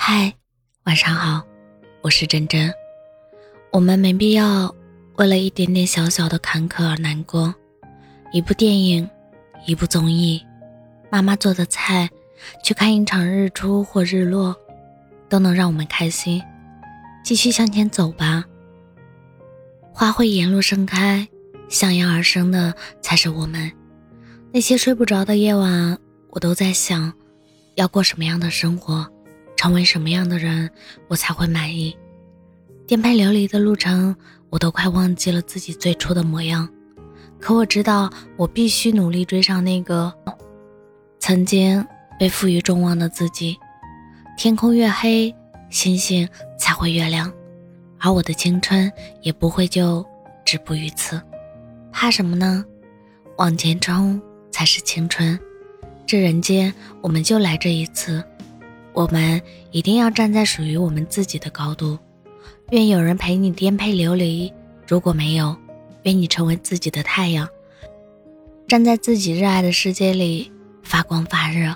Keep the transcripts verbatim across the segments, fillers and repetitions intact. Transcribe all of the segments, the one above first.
嗨，晚上好，我是珍珍。我们没必要为了一点点小小的坎坷而难过。一部电影，一部综艺，妈妈做的菜，去看一场日出或日落，都能让我们开心。继续向前走吧，花会沿路盛开，向阳而生的才是我们。那些睡不着的夜晚，我都在想，要过什么样的生活，成为什么样的人，我才会满意。颠沛流离的路程，我都快忘记了自己最初的模样。可我知道，我必须努力追上那个曾经被赋予众望的自己。天空越黑，星星才会越亮，而我的青春也不会就止步于此。怕什么呢？往前冲才是青春。这人间，我们就来这一次，我们一定要站在属于我们自己的高度。愿有人陪你颠沛流离，如果没有，愿你成为自己的太阳，站在自己热爱的世界里发光发热。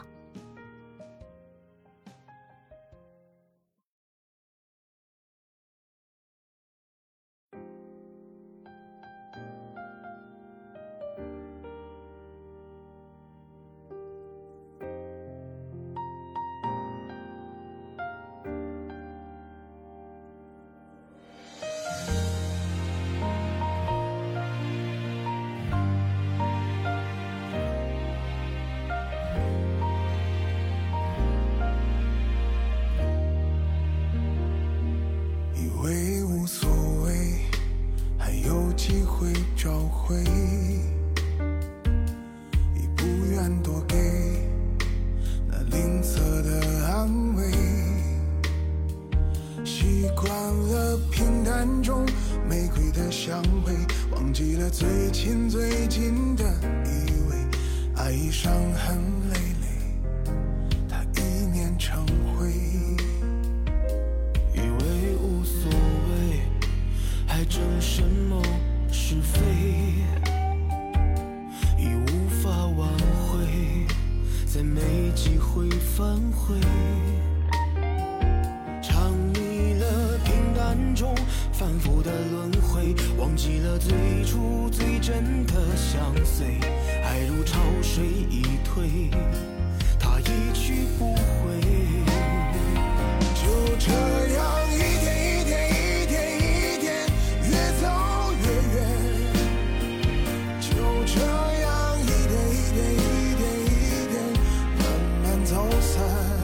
以为无所谓，还有机会找回，已不愿多给那吝啬的安慰。习惯了平淡中玫瑰的香味，忘记了最亲最近的依偎。爱已伤痕累累，它一念成灰。还争什么是非，已无法挽回，再没机会反悔。尝腻了平淡中反复的轮回，忘记了最初最真的相随。爱如潮水一退，它一去不回。就这样一天一天一天一天越走越远，就这样一点一点一点一点慢慢走散。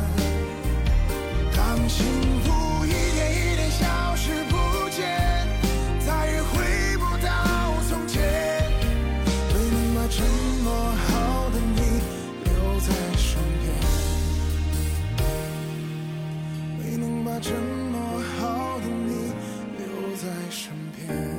当幸福一点一点消失不见，再也回不到从前。没能把这么好的你留在身边，没能把这么好的你留在身边。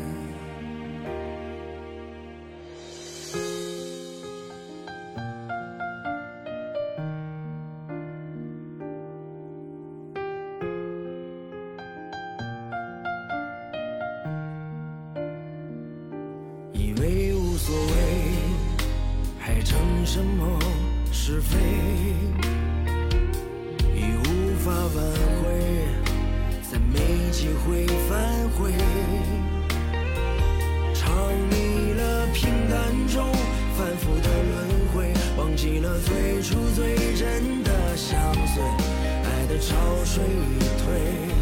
以为无所谓，还争什么是非，已无法挽回，再没机会反悔。尝腻了平淡中反复的轮回，忘记了最初最真的相随。爱的潮水一退，